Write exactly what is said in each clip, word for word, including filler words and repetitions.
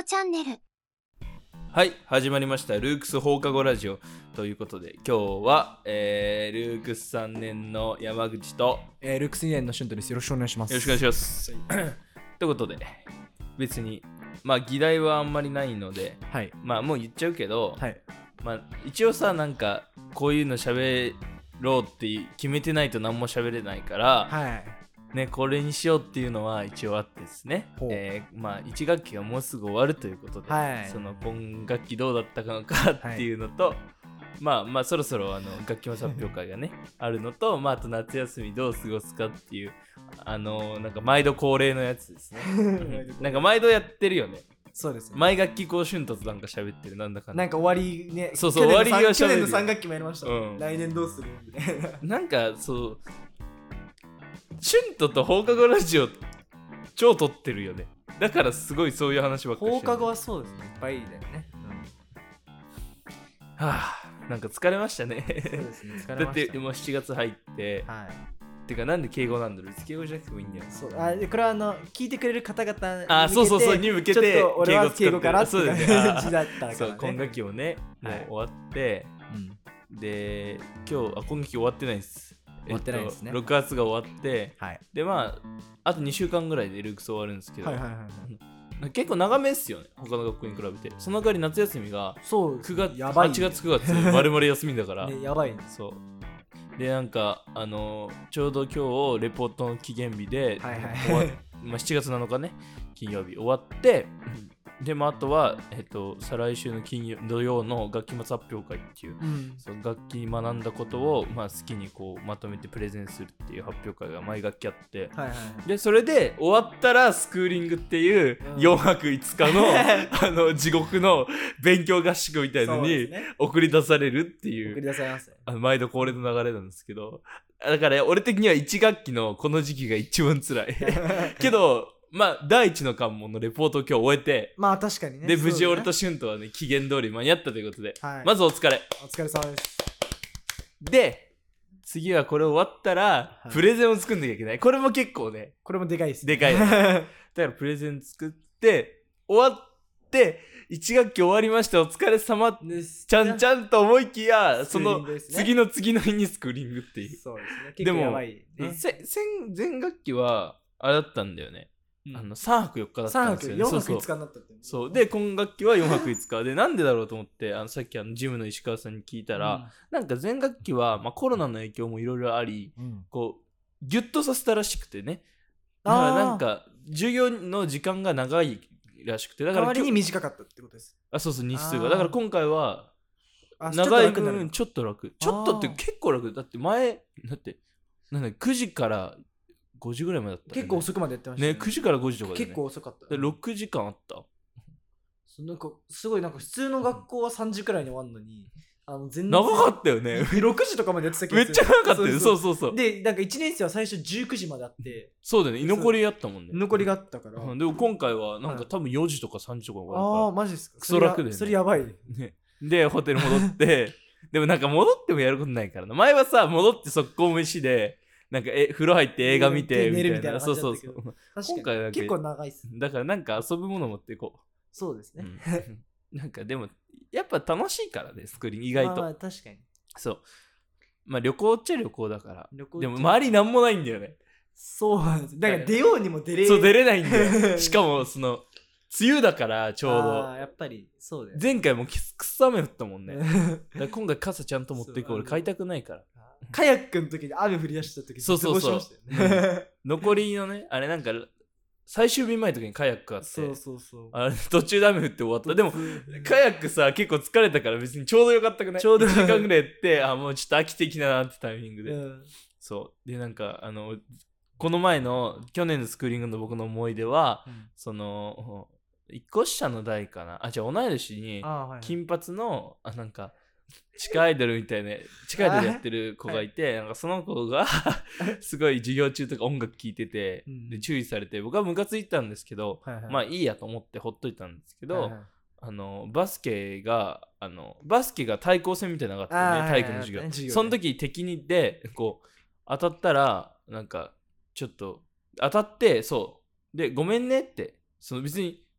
チャンネル。 はい、始まりましたルークス放課後ラジオということで、今日は、えー、ルークスさんねんの山口と、 えー、ルークスにねんのシュントです。よろしくお願いします。 よろしくお願いします。ということで、別にまあ議題はあんまりないので、 はい、 まあもう言っちゃうけど、 はい、 まあ一応さ、なんかこういうの喋ろうって決めてないと何も喋れないから、 はいね、これにしようっていうのは一応あってですね、えー、まあいち学期がもうすぐ終わるということで、 はい、 その今学期どうだったのかっていうのと、はい、まあまあそろそろあの学期末発表会がねあるのと、まああと夏休みどう過ごすかっていう、あのなんか毎度恒例のやつですねなんか毎度やってるよね。 そうですね。 毎学期こう春突なんか喋ってる、なんだかんだ。 なんか終わりね。 そうそう、終わりが喋る。 去年のさん学期もやりました、うん、来年どうするみたいな。 なんかそう春とと放課後ラジオ超撮ってるよね。だからすごいそういう話ばっかりしてる。 放課後はそうですね、いっぱいだよね、 うん、はあ、なんか疲れましたね。 そうですね、疲れました。 だってもうしちがつ入って、はい、てかなんで敬語なんだろう。敬語じゃなくてもいいんだよ。 そう、あ、これはあの聞いてくれる方々に向けて、 あ、そうそうそうに向けてちょっと俺は敬語かなって感じだったからね。 そう、今学期もね、もう終わって、うん、で今日あ今学期終わってないです。 終わってないですね。 えっと、ろくがつが終わって、はい、でまああとにしゅうかんぐらいでルークス終わるんですけど、はいはいはいはい、結構長めっすよね、他の学校に比べて。その代わり夏休みがくがつ、やばい、はちがつくがつ丸々休みだから、 ね、やばい、ね、 そうでなんかあのー、ちょうど今日レポートの期限日で、はいはい、まあ、しちがつなのかね金曜日終わってでもあとは、えっと、再来週の金曜土曜の学期末発表会っていう、うん、その学期に学んだことを、まあ、好きにこうまとめてプレゼンするっていう発表会が毎学期あって、はいはい、でそれで終わったらスクーリングっていうよんはくいつかの、うん、あの地獄の勉強合宿みたいのに送り出されるっていう、 送り出されます、 あの毎度恒例の流れなんですけど、だから俺的にはいち学期のこの時期が一番辛いけどまあ第一の関門のレポートを今日終えて、 まあ確かにね、 で無事俺とシュンとはね期限通り間に合ったということで、はい、まずお疲れお疲れ様です。 で次はこれ終わったら、はい、プレゼンを作んなきゃいけない。これも結構ね、 これもでかいです、ね、 でかい、ね、だからプレゼン作って終わっていち学期終わりましたお疲れ様ちゃんちゃんと思いきや、その次の次の日にスクリーニングっていう。 そうですね、結構やばい、ね、 でも前学期はあれだったんだよね、うん、あのさんはくよっかだったんですよね。 さんはくよんはくいつかになったって。 そうそうで今学期はよんはくいつかでなんでだろうと思ってあのさっきあのジムの石川さんに聞いたら、うん、なんか前学期は、まあ、コロナの影響もいろいろあり、うん、こうギュッとさせたらしくてね、だからなんか授業の時間が長いらしくて、だから代わりに短かったってことです。 あ、そうそう、日数がだから今回は長い分ちょっと楽、ちょっとって結構楽だって。前だってなんだくじからごじぐらいまでだった、ね、 結構遅くまでやってましたね, ねくじからごじとかで、ね、 結構遅かった、 でろくじかんあった。 なんかすごいなんか普通の学校はさんじくらいに終わるのに、あの全然長かったよねろくじとかまでやってたけどめっちゃ長かったよ。そうそうそう。 でなんかいちねん生は最初じゅうくじまであって、 そうだよね、居残りやったもんね。 居残りがあったから、 うん、でも今回はなんか多分よじとかさんじとかがああマジですか。 クソ楽で、ね、 それやばい、 ね、でホテル戻ってでもなんか戻ってもやることないからな。前はさ戻って速攻飯でなんかえ風呂入って映画見てみたいな、 みたいなそうそうそう。 今回は結構長いっす。 だからなんか遊ぶもの持っていこう。 そうですね、 うん、なんかでもやっぱ楽しいからねスクリーン意外と。 まあ確かにそう。まあ旅行っちゃ旅行だから。でも周りなんもないんだよね。 そうなんです。だから出ようにも出れそう出れないんだよしかもその梅雨だからちょうど。 あやっぱりそうだよ、ね、 前回もくっそ雨降ったもんねだから今回傘ちゃんと持っていこう。俺買いたくないから。 カヤックの時に雨降り出した時そうそうそう、ね、残りのねあれなんか最終日前の時にカヤックあって、 そうそうそう、 あれ途中で雨降って終わった。でもカヤックさ結構疲れたから別にちょうどよかったくない？ちょうどいちじかんぐらいやってあもうちょっと飽きてきたなってタイミングで、うん、そうでなんかあのこの前の去年のスクーリングの僕の思い出は、うん、その一個下の代かなあじゃあ同い年に金髪のあなんか地下アイドルみたいな地下アイドルやってる子がいて、はい、なんかその子がすごい授業中とか音楽聴いてて、うん、で注意されて僕はムカついたんですけど、はいはい、まあいいやと思ってほっといたんですけど、はいはい、あのバスケがあのバスケが対抗戦みたいなのがあってね、体育の授業、はいはい、その時敵にでこう当たったらなんかちょっと当たってそうでごめんねってその別に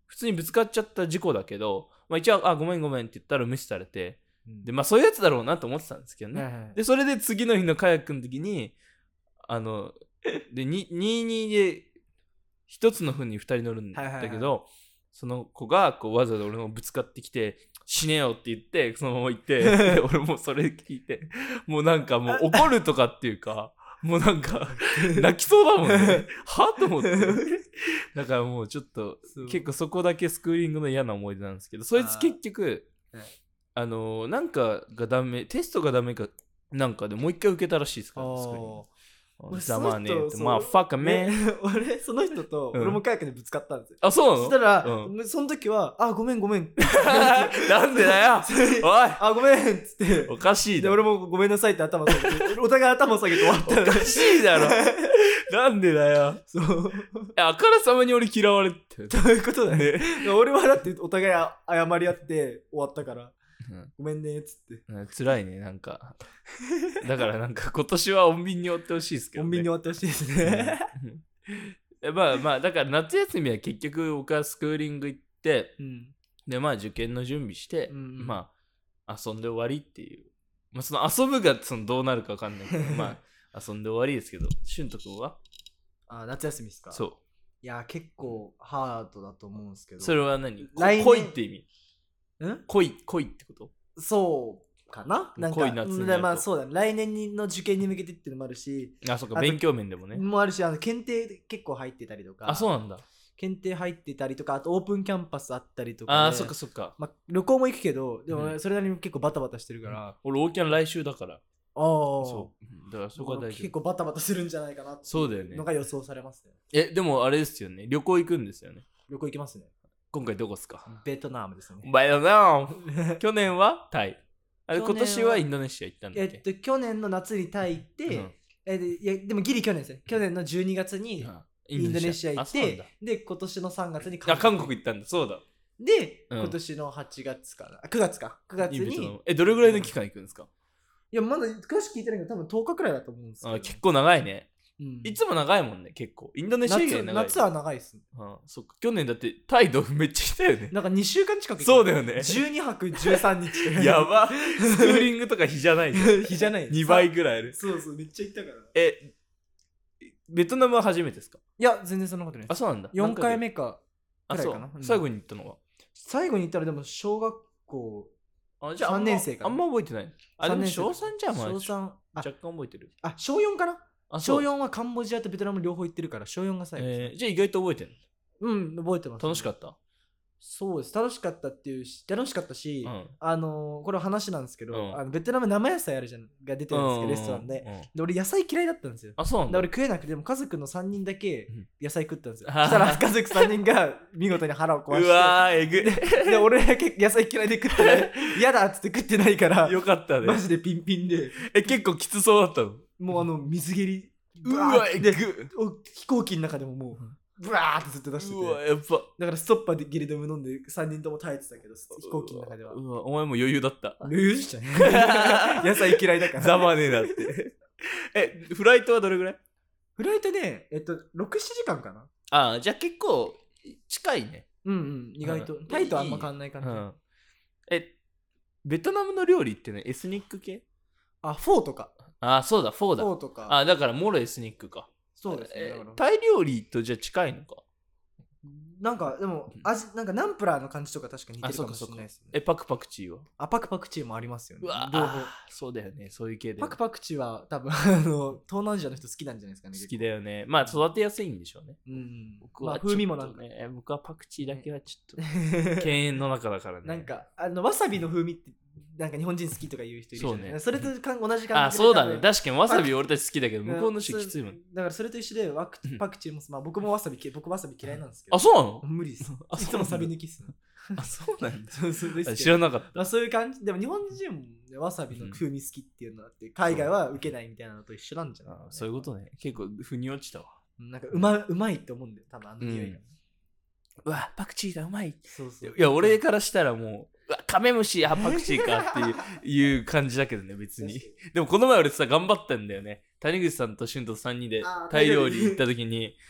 普通にぶつかっちゃった事故だけど、まあ、一応あごめんごめんって言ったら無視されて、 うん、 でまあそういうやつだろうなと思ってたんですけどね、 はいはい、 でそれで次の日のカヤックの時にあのでにににで一つの船にふたり乗るんだけど、はいはいはい、その子がこうわざわざ俺のぶつかってきて死ねよって言ってそのまま行って俺もそれ聞いてもうなんかもう怒るとかっていうかもうなんか泣きそうだもんねはと思ってだからもうちょっと結構そこだけスクーリングの嫌な思い出なんですけど、そいつ結局 あ,、はい、あのー、なんかがダメテストがダメかなんかでもう一回受けたらしいですから、スクーリングざまあねえまあファッカメン俺その人と俺もカヤックでぶつかったんですよ、 うん、あそうなの。 そしたら、 うん、 その時はあごめんごめんなんでだよおいあごめんっつっておかしいだろで俺もごめんなさいって頭下げてお互い頭下げて終わったおかしいだろなんでだよそうあからさまに俺嫌われてどういうことだね俺はだってお互い謝り合って終わったからうん、ごめんねっつって、 うん、辛いねなんかだからなんか今年は穏便に終わってほしいですけど、ね、 穏便に終わってほしいですねまあまあだから夏休みは結局僕はスクーリング行って、うん、でまあ受験の準備して、うん、まあ遊んで終わりっていう、まあ、その遊ぶがそのどうなるか分かんないけどまあ遊んで終わりですけど、しゅんと君はあ夏休みですか。 そういや結構ハードだと思うんですけど、 それは何恋って意味ん恋恋ってこと？ そうかな、なんか恋夏になるとまあそうだ、来年の受験に向けてっていうのもあるし、 あそうか勉強面でもねもあるし、あの検定結構入ってたりとか、 あそうなんだ、 検定入ってたりとか、あとオープンキャンパスあったりとか、 ね、あそっかそっか、 まあ、旅行も行くけどでもそれなりに結構バタバタしてるから、うん、 俺オーキャン来週だから、ああそうだからそこは大丈夫、 結構バタバタするんじゃないかなってそうだよねのが予想されますね。 えでもあれですよね、旅行行くんですよね。 旅行行きますね。 今回どこですか？ ベトナムですね。 ベトナム去年はタイ、あれ今年はインドネシア行ったんだっけ？ えっと去年の夏にタイ行って、うん、えでいやでもギリ去年ですね。去年のじゅうにがつにインドネシア行って、で今年のさんがつに韓 国, 韓国行ったんだ。そうだ。 で、うん、今年のはちがつかな、くがつかくがつにえどれぐらいの期間行くんですか？ いやまだ詳しく聞いてないけど多分とおかくらいだと思うんですけど、 あ結構長いね。うん、いつも長いもんね、結構。インドネシア以外長い。 夏, 夏は長いっすね。 ああそっか。去年だってタイドめっちゃ来たよね。 なんかにしゅうかん近く。 そうだよね。 じゅうにはくじゅうさんにちやば。スクーリングとか日じゃない。 日じゃない。 にばいぐらいある。 そうそう、めっちゃ行ったから。 え、ベトナムは初めてですか？ いや、全然そんなことないです。 あ、そうなんだ。 よんかいめかくらいかな。 最後に行ったのは最後に行ったらでも小学校あじゃあさんねん生かな。あんま覚えてない。あ、でも小さんじゃん、まあ。小さん。若干覚えてる。 あ、小よんかな。小よんはカンボジアとベトナム両方行ってるから小よんが最後、 えー、じゃあ意外と覚えてるの？うん覚えてます、ね、 楽しかった？ そうです楽しかったっていうし楽しかったし、うん、あのー、これは話なんですけど、うん、あのベトナム生野菜あるじゃんが出てるんですけど、うん、レストランで、うん、で俺野菜嫌いだったんですよ。 あそうなんだ。 で俺食えなくてでも家族のさんにんだけ野菜食ったんですよ、うん、そしたら家族さんにんが見事に腹を壊してうわーえぐいで, で俺だけ野菜嫌いで食ってない嫌だっつって食ってないからよかったねマジでピンピンでえ結構きつそうだったの？ もうあの水蹴りうわえぐ飛行機の中でももうブワーってずっと出してて、 うわやっぱだからストッパーでギリでも飲んでさんにんとも耐えてたけど飛行機の中ではうわお前も余裕だった。 余裕じゃん野菜嫌いだからざまねえなってえフライトはどれぐらい？ フライトねえっとろく、ななじかんかな。 ああじゃあ結構近いね。 うんうん意外と、うん、タイとあんま変わんない感じ、うん、 えベトナムの料理ってねエスニック系？ あフォーとか。 あそうだフォーだ。 フォーとか。 あだからモロエスニックか。 そうですね。 タイ料理とじゃあ近いのか？ なんかでも味なんかナンプラーの感じとか確かに似てるかもしれないですね。 えパクパクチーは？ あパクパクチーもありますよね。 うわ両方そうだよねそういう系で。 パクパクチーは多分あの東南アジアの人好きなんじゃないですかね。 好きだよね。まあ育てやすいんでしょうね。 うん。 僕は、 まあ、風味もなんかね僕はパクチーだけはちょっと敬遠の中だからね。 なんかあのわさびの風味ってなんか日本人好きとか言う人いるじゃない。そうね。それとか同じ感じで。 あそうだね確かにわさび俺たち好きだけど向こうの人きついもん。 だからそれと一緒でワクパクチーもまあ僕もわさび僕わさび嫌いなんですけど。 あそうなの？ 無理です。いつもサビ抜きっすね。 あそうなんだ。 そうそうです知らなかった。 まあそういう感じでも日本人も、ね、わさびの風味好きっていうのがあって海外は受けないみたいなのと一緒なんじゃない、ね、 そういうことね。結構腑に落ちたわ。 なんかうまうまいって思うんだよ多分あの匂いが。 うわパクチーがうまい。 そうそう。 いや俺からしたらもう。カメムシあパクチーかっていういう感じだけどね別に。でもこの前俺さ頑張ったんだよね。谷口さんと俊とさんにんでタイ料理行った時に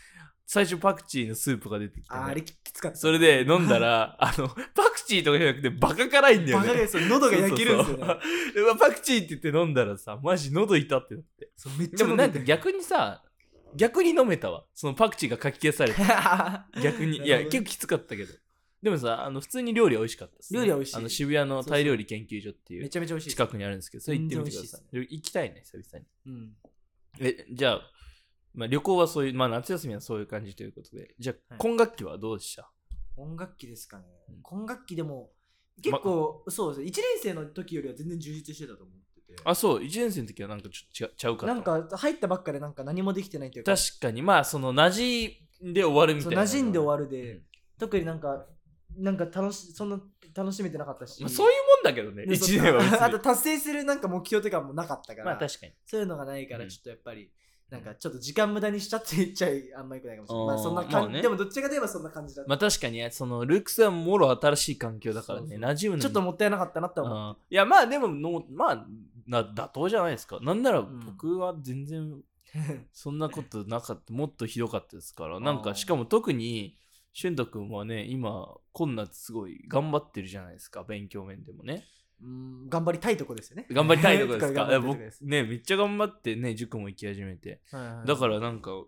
最初パクチーのスープが出てきて、ね、 ああれきつかった。 それで飲んだらあのパクチーとかじゃなくてバカ辛いんだよね。 バカ辛い、そう喉が焼けるんですよね。 そうそうそうパクチーって言って飲んだらさマジ喉痛ってなって。 そうめっちゃでもなんか逆にさ逆に飲めたわ。そのパクチーがかき消されて逆にいや結構きつかったけど。でもさ、あの普通に料理は美味しかったです、ね。 料理は美味しい。 あの渋谷のタイ料理研究所っていうめちゃめちゃ美味しい。 近くにあるんですけど、それ行ってみてください。行きたいね、久々に。うん、え、じゃあ、まあ、旅行はそういう、まあ夏休みはそういう感じということで、じゃあ、はい、今学期はどうでした？ 今学期ですかね。うん、今学期でも結構、ま、そうですね。いちねん生の時よりは全然充実してたと思ってて。 あ、そう、いちねん生の時はなんかちょっとちゃうかった。 なんか入ったばっかでなんか何もできてないというか。 確かに、まあその馴染んで終わるみたいな。 馴染んで終わるで、うん、特になんか、なんか楽しそんな楽しめてなかったし、 まあ、そういうもんだけどね、いちねんは別に。 あと達成するなんか目標とかもなかったから、 まあ確かにそういうのがないから、ちょっとやっぱり、うん、なんかちょっと時間無駄にしちゃって言っちゃいあんまり良くないかもしれない。まあそんな感じ、ね、でもどっちかといえばそんな感じだった。 まあ確かに、そのルークスはもろ新しい環境だからね、馴染むのちょっともったいなかったなって思う。いやまあでもの、まあ、な妥当じゃないですか。なんなら僕は全然そんなことなかった。もっとひどかったですから。なんかしかも特に、俊太君はね、今、こんなすごい頑張ってるじゃないですか、勉強面でもね。 うーん、頑張りたいとこですよね。 頑張りたいとこですか。僕ね、めっちゃ頑張ってね、塾も行き始めて。はいはいはい、だからなんか、うん、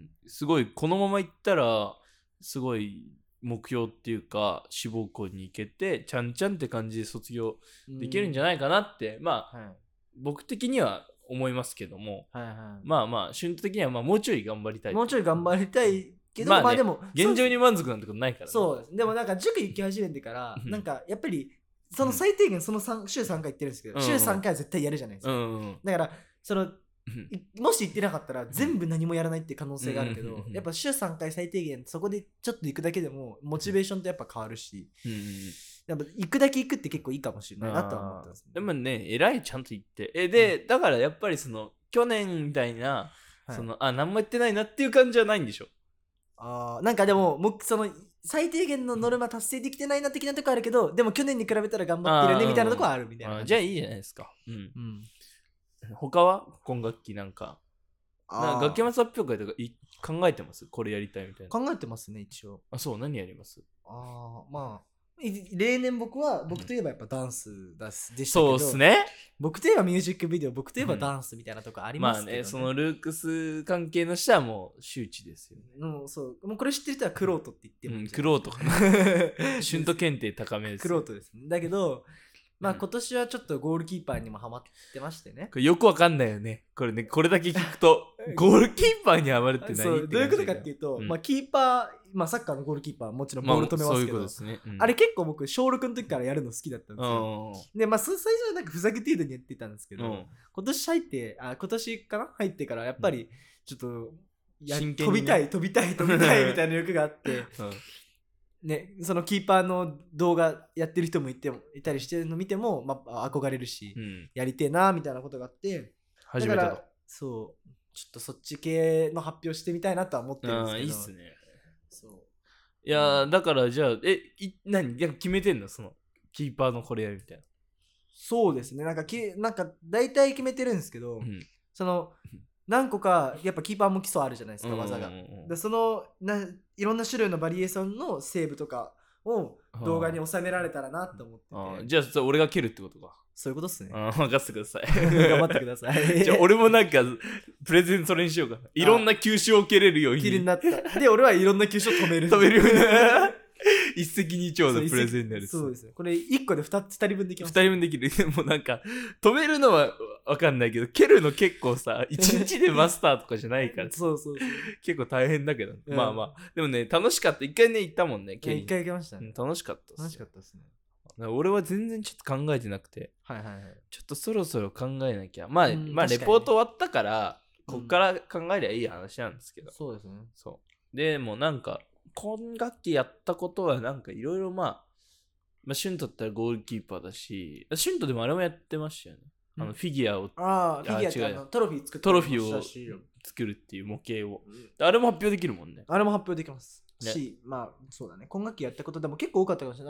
すごい、このまま行ったら、すごい目標っていうか、志望校に行けて、ちゃんちゃんって感じで卒業できるんじゃないかなって、まあ、はい、僕的には思いますけども、はいはい、まあまあ、俊太的にはまあもうちょい頑張りたい。 もうちょい頑張りたい。けどまあ、ね、 まあでも現状に満足なんてことないからね。 そうです。でもなんか塾行き始めてからなんかやっぱりその最低限その週さんかい行ってるんですけど、うん、週さんかいは絶対やるじゃないですか。うんうん、だからそのもし行ってなかったら全部何もやらないって可能性があるけど、やっぱ週さんかい最低限そこでちょっと行くだけでもモチベーションってやっぱ変わるし、うんうん、やっぱ行くだけ行くって結構いいかもしれないなとは思ったんです、ね、 でもね偉いちゃんと行ってえで、うん、だからやっぱりその去年みたいな、はい、そのあ何もやってないなっていう感じはないんでしょ。 あなんかでももその最低限のノルマ達成できてないな的なとこあるけど、でも去年に比べたら頑張ってるねみたいなとこあるみたいな。 じゃあいいじゃないですか。うん。うん、他は今学期なんか、なんか学期末発表会とかい考えてます？これやりたいみたいな。 考えてますね一応。 あ、そう何やります？ ああまあ。例年僕は僕といえばやっぱダンスでしたけど、 そうですね。 僕といえばミュージックビデオ、僕といえばダンスみたいなとこありますけど、ね、 まあね、そのルークス関係の人はもう周知ですよね。 うん、そう。もうこれ知ってる人はクロートって言ってもいい、うん、クロートかな。春闘検定高めです。 クロートですね。だけど、まあ今年はちょっとゴールキーパーにもハマってましてね。 これよくわかんないよね。これね、これだけ聞くと、ゴールキーパーにハマるって何ってそうどういうことかっていうと、うん、まあキーパー、まあサッカーのゴールキーパーもちろんボール止めますけど、まあ、そういうことですね、うん、あれ結構僕小ろくの時からやるの好きだったんですよ。で、まあ最初はなんかふざけ程度にやってたんですけど、うん、今年入って、あ、今年かな入ってからやっぱりちょっとや、真剣にね、飛びたい飛びたい飛びたいみたいな欲があって、うんね、そのキーパーの動画やってる人もいてもいたりしてるの見ても、まあ、憧れるし、うん、やりてえなみたいなことがあって始めたと。 そうちょっとそっち系の発表してみたいなとは思ってるんですけど。 いいっすね。そういや、うん、だからじゃあえい何決めてんのそのキーパーのこれやるみたいな。 そうですねなんかきなんか大体決めてるんですけど、うん、その何個かやっぱキーパーも基礎あるじゃないですか技が。でそのないろんな種類のバリエーションのセーブとかを動画に収められたらなと思ってて。 あじゃあ俺が蹴るってことか。 そういうことっすね。 任せてください。 頑張ってください。 じゃあ俺もなんかプレゼンそれにしようかな。いろんな球種を蹴れるように。 蹴るになった。で俺はいろんな球種を止める。 止めるように。一石二鳥のプレゼンになる。 そうですね。これいっこで ふたつ、ふたりぶんできます。 ふたりぶんできる。でもなんか止めるのはわかんないけど蹴るの結構さいちにちでマスターとかじゃないからそうそうそう結構大変だけど、うん、まあまあでもね楽しかった。一回ね行ったもんね。 一回行きましたね、 うん、楽しかったっす。 楽しかったですね。 俺は全然ちょっと考えてなくて、 はいはいはい、 ちょっとそろそろ考えなきゃ。まあ、うん、まあレポート終わったからこっから考えりゃいい話なんですけど、 うん、そうですね。 そうでもなんか今学期やったことはなんかいろいろまあまあ、シュントだったらゴールキーパーだし、シュントでもあれもやってましたよね。あのフィギュアを、 ああ、フィギュアってあのトロフィー作ってトロフィーを作るっていう模型を。あれも発表できるもんね。 あれも発表できます。ね、し、まあそうだね。今学期やったことでも結構多かったかもしれない。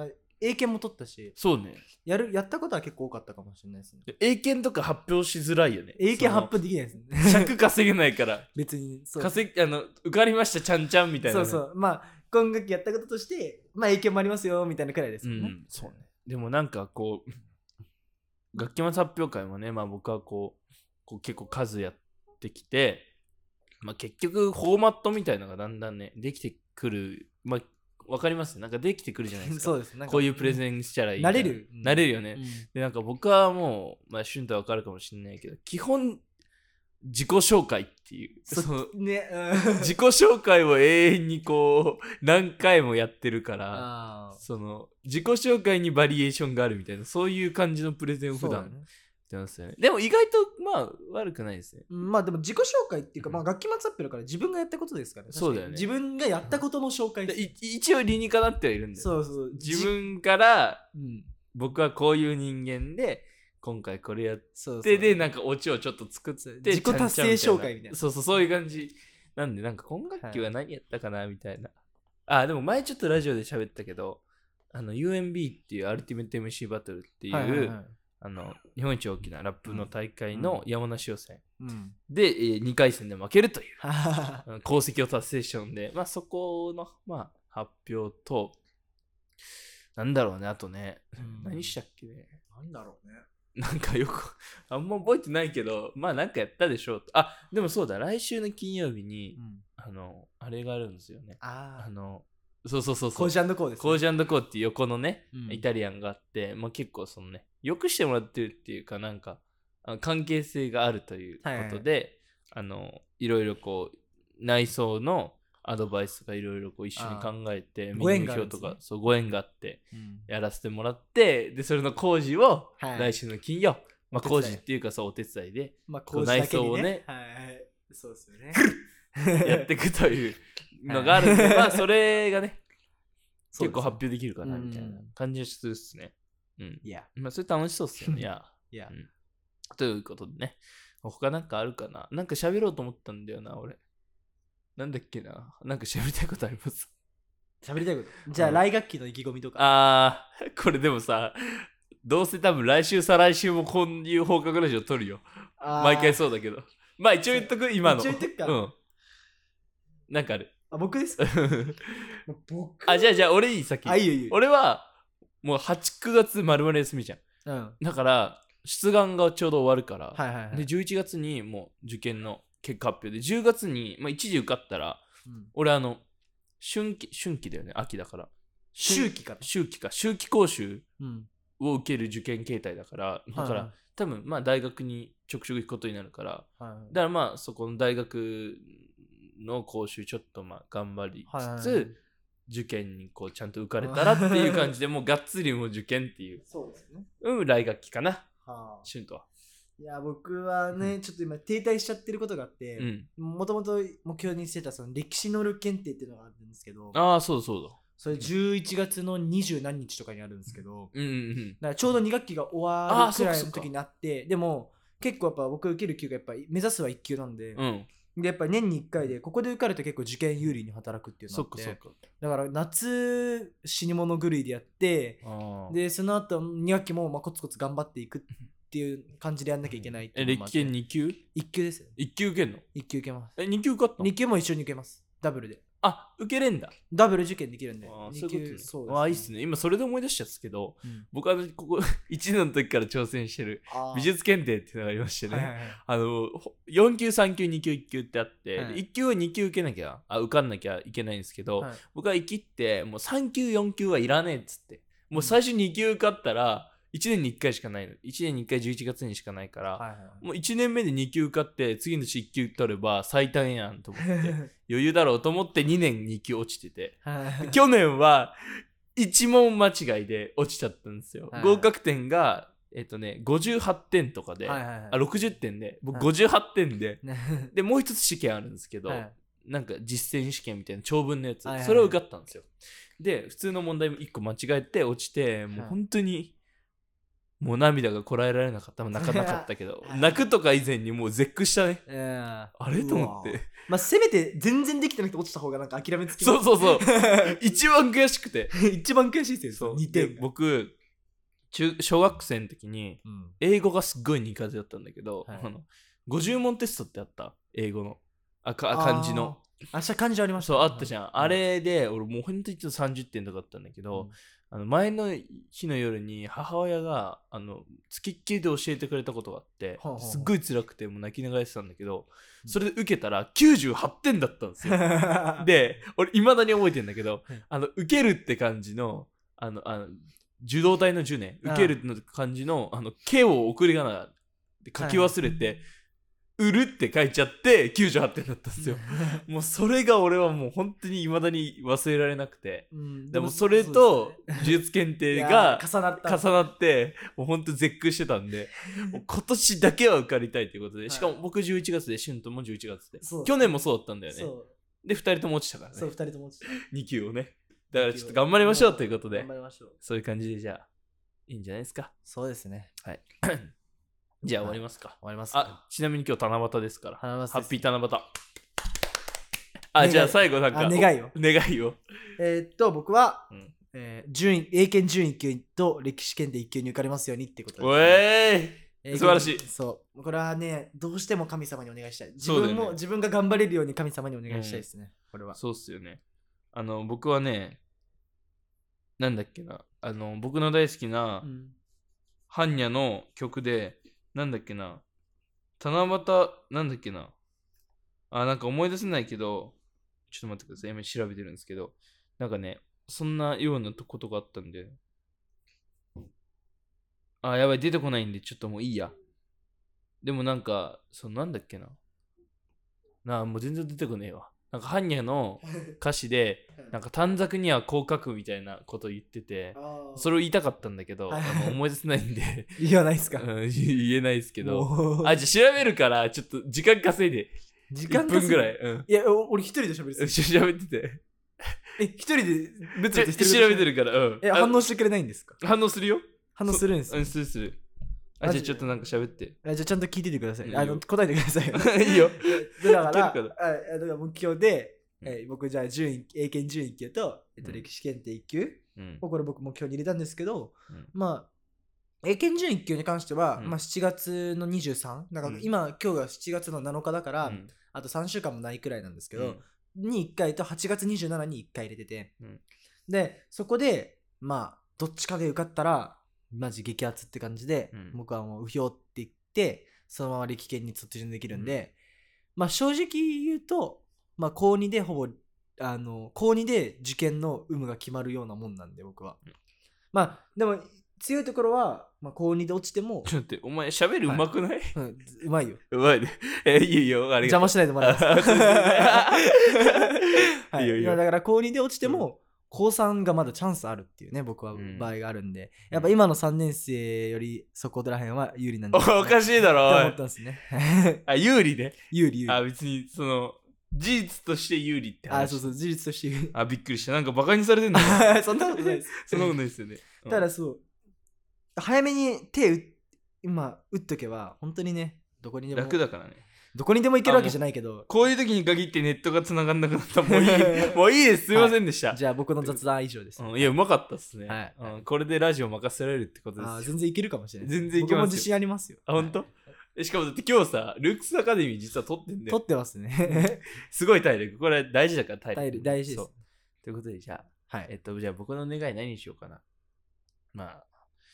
英検も取ったし、 そうね。 やるやったことは結構多かったかもしれないですね。 英検とか発表しづらいよね。 英検発表できないですね。 尺稼げないから。 別にそう稼あの受かりましたちゃんちゃんみたいな、 ね。そうそう。まあ今学期やったこととして、まあ英検もありますよみたいなくらいですよね。 うん、そうね。でもなんかこう学期末発表会もね、まあ僕はこう、こう結構数やってきて、まあ結局フォーマットみたいなのがだんだんねできてくる。まあわかりますね。なんかできてくるじゃないですか。 そうです。 こういうプレゼンしたらいい。 慣れる。 慣れるよね。うん、で、なんか僕はもう、まあ、旬とわかるかもしれないけど、基本、自己紹介っていう。 そそね、 自己紹介を永遠にこう、何回もやってるから、その、自己紹介にバリエーションがあるみたいな、そういう感じのプレゼンを普段。ますよね、でも意外とまあ悪くないですね。 まあでも自己紹介っていうか、まあ楽器末発表だから自分がやったことですからね。 そうだよね。 自分がやったことの紹介、 うん、一応理にかなってはいるんだよ。 そうそう。 自分から、うん、僕はこういう人間で今回これやって、そうそうでなんかオチをちょっと作って自己達成紹介みたいな。 そうそうそういう感じなんで、なんか今学期は何やったかなみたいな。はい、あでも前ちょっとラジオで喋ったけど、あの ユーエムビー っていうアルティメット エムシー バトルっていう、はいはいはい、あの日本一大きなラップの大会の山梨予選、うん、で、えー、にかい戦で負けるという功績を達成したので、まあ、そこの、まあ、発表となんだろうね、あとね、うん、何したっけね、 なんだろうね、 なんかよくあんま覚えてないけど、まあなんかやったでしょう。あ、でもそうだ、来週の金曜日に、うん、あのあれがあるんですよね。 ああのそうそうそうそう。 コージ&コーですね。 コージ&コーっていう横のね、うん、イタリアンがあって、まあ、結構そのね、よくしてもらってるっていうか、なんか、あの関係性があるということで、はいはい、あの、いろいろこう、内装のアドバイスがいろいろこう一緒に考えて、メニュー表とか、ね、そう、ご縁があって、やらせてもらって、うん、で、それの工事を、来週の金曜、はい、まあ、工事っていうか、そう、お手伝いで、 まあ、工事だけにね、内装をね、 はい、そうですよね。やっていくというのがあるんで、まあそれがね結構発表できるかなみたいな感じがするっすね。うん。いや、まあそれ楽しそうっすよね。いや、いや、うん。ということでね、他なんかあるかな。なんか喋ろうと思ったんだよな、俺。なんだっけな。なんか喋りたいことあります。 喋りたいこと。じゃあ、来学期の意気込みとか。 あー、これでもさ、どうせ多分来週再来週もこういう放課後ラジオ撮るよ。毎回そうだけど。まあ一応言っとく、今の。 一応言っとくか。 うん。なんかある。 あ、僕ですか僕あ、じゃあじゃあ俺いい先。 あ、いいよいいよ。 俺はもうはち、くがつ丸々休みじゃん。うん。だから出願がちょうど終わるから、はいはいはい、でじゅういちがつにもう受験の結果発表で、じゅうがつに、まあ、一時受かったら、うん、俺あの春季春季だよね、秋だから秋季か秋季か秋季講習を受ける受験形態だから、うん、だから、はいはい、多分まあ大学にちょくちょく行くことになるから、はいはい、だからまあそこの大学の講習ちょっとまあ頑張りつつ、はいはい、受験にこうちゃんと受かれたらっていう感じでもうがっつりもう受験っていうそうですね、 うん、来学期かな、はあ、春とは。 いや僕はね、うん、ちょっと今停滞しちゃってることがあって、もともと目標にしてたその歴史能力検定っていうのがあるんですけど、 ああそうだそうだ、 それじゅういちがつのにじゅう何日とかにあるんですけど、うんうんうん、だからちょうどに学期が終わるくらいの時になって、でも結構やっぱ僕受ける級がやっぱ目指すはいっ級なんで、うん、でやっぱり年にいっかいでここで受かると結構受験有利に働くっていうのがあって、そっかそっか、だから夏死に物狂いでやって、でその後に学期もまあコツコツ頑張っていくっていう感じでやんなきゃいけないっていうのもあって。 え、歴検に級 ? いち 級ですよ。 いち級受けんの ? いち 級受けます。 え、に級受かったの ?に級も一緒に受けます。ダブルで。 あ、受けれんだ。 ダブル受験できるんで。 あ、そういうことです。そうですね。あ、いいっすね。今それで思い出しちゃうんですけど、うん、僕はここいちねんの時から挑戦してる美術検定っていうのがありましてね、はいはいはい、あのよん級さん級に級いち級ってあって、はい、いち級はに級受けなきゃあ受かんなきゃいけないんですけど、はい、僕は生きってもうさん級よん級はいらねえっつって、もう最初に級受かったらいちねんにいっかいしかないの。いちねんにいっかいじゅういちがつにしかないから、はいはい、もういちねんめでに級受かって次の年いち級取れば最短やんと思って余裕だろうと思ってにねんに級落ちてて去年はいち問間違いで落ちちゃったんですよ、はい、合格点がえっとねごじゅうはってんとかで、はいはいはい、あろくじゅってんで僕ごじゅうはってんで、はい、でもう一つ試験あるんですけど、はい、なんか実践試験みたいな長文のやつ、はいはいはい、それを受かったんですよ。で普通の問題もいっこ間違えて落ちて、もう本当にもう涙がこらえられなかった。泣かなかったけど泣くとか以前にもう絶句したね。あれと思って。 まあせめて全然できてなくて落ちた方がなんか諦めつきます。そうそうそう一番悔しくて一番悔しいですよ。にてん。 僕中小学生の時に英語がすっごい苦手だったんだけど、うん、あのごじゅう問テストってあった英語のあか漢字の明日漢字ありました、 ね、そうあったじゃん、うん、あれで俺もうほんとにさんじゅってんとかだったんだけど、うん、あの前の日の夜に母親があの付きっきりで教えてくれたことがあって、うん、すっごい辛くてもう泣きながらやってたんだけど、うん、それで受けたらきゅうじゅうはってんだったんですよで俺未だに覚えてんだけど、うん、あの受けるって感じのあのあの受動体の受ね受けるの感じのあの毛を送り仮名で書き忘れて、はい売るって書いちゃってきゅうじゅうはってんだったんですよもうそれが俺はもう本当に未だに忘れられなくて、うん、でもそれと呪術検定が重なった重なってもう本当絶句してたんでもう今年だけは受かりたいということで、しかも僕じゅういちがつでシュントもじゅういちがつで去年もそうだったんだよね。でふたりとも落ちたからね。 そうふたりとも落ちたに級をね。だからちょっと頑張りましょうということで、頑張りましょう。そういう感じでじゃあいいんじゃないですか。 そうですね。 はいじゃあ終わりますか。 終わりますか。あ、ちなみに今日七夕ですから。ハッピー七夕。あ、じゃあ最後なんか願いを。 願いを。 えー、っと僕は、うんえー、順位英検準いっ級と歴史検定いっ級に受かりますようにってことです、ね。 おえー、素晴らしい。 そうこれはねどうしても神様にお願いしたい。自分も、ね、自分が頑張れるように神様にお願いしたいですね。うん、これは。 そうっすよね。あの僕はねなんだっけなあの僕の大好きな、うん、ハンニャの曲で。なんだっけな七夕なんだっけなあなんか思い出せないけどちょっと待ってください今調べてるんですけどなんかねそんなようなことがあったんであやばい出てこないんでちょっともういいや。でもなんかそのなんだっけななあもう全然出てこねえわ。なんかハンニャの歌詞でなんか短冊にはこう書くみたいなこと言っててそれを言いたかったんだけどあの思い出せないんで言わないですか、 うん、言えないですけどあじゃあ調べるからちょっと時間稼いで時間いっぷんぐらい、うん、 いや俺一人で喋る喋っててえ一人で別 々して調べてるから、うん、 え反応してくれないんですか。 反応するよ。 反応するんですうんするする。あじゃあちょっとなんか喋って。 あじゃあちゃんと聞いててください。いいあの答えてください。 いいよ。 だからあだから目標で、うんえー、僕じゃあ順位英検準いっ級と、えっと、歴史検定いっ級、うん、これ僕目標に入れたんですけど、うん、まあ英検準いっ級に関しては、うんまあ、しちがつのにじゅうさんなんか今、うん、今日がしちがつのなのかだから、うん、あとさんしゅうかんもないくらいなんですけど、うん、にいっかいとはちがつにじゅうしちにいっかい入れてて、うん、でそこでまあどっちかで受かったらマジ激アツって感じで、うん、僕はもううひょうって言ってそのまま歴検に突入できるんで、うん、まあ正直言うと、まあ、高にでほぼあの高にで受験の有無が決まるようなもんなんで僕は、うん、まあでも強いところは、まあ、高にで落ちてもちょっと待ってお前喋るうまくない、はいうん、うまいようまいねえいいよありがとう邪魔しないでもらいますはい、いいよいいよだから高にで落ちても、うん高さんがまだチャンスあるっていうね僕は場合があるんで、うん、やっぱ今のさんねん生よりそこら辺は有利なんで、ね、 おかしいだろって思ったんですねあ有利ね有利有利あ別にその事実として有利って話あそうそう事実として有利あびっくりしたなんかバカにされてんのそんなことないですそんなことないですよね、 うん、ただそう早めに手打今打っとけば本当にねどこにでも楽だからねどこにでも行けるわけじゃないけどこういう時に限ってネットが繋がんなくなったらもういいもういいですすいませんでした、 はい、じゃあ僕の雑談以上です、 うん、いやうまかったっすね、 はいうん、これでラジオ任せられるってことです。 あ全然いけるかもしれない全然いけますよ。 僕も自信ありますよ。 あ本当、はい、しかもだって今日さルックスアカデミー実は撮ってんだよ。 撮ってますねすごい体力これ大事だから体力大事です。 ということでじゃあ、はい、えっとじゃあ僕の願い何にしようかな。まあ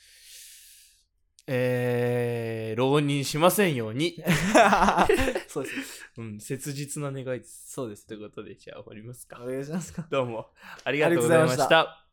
えー、浪人しませんようにそうです、 うん、切実な願いです。 そうです。 ということでじゃあ終わりますか。 お願いしますか。 どうもありがとうございました。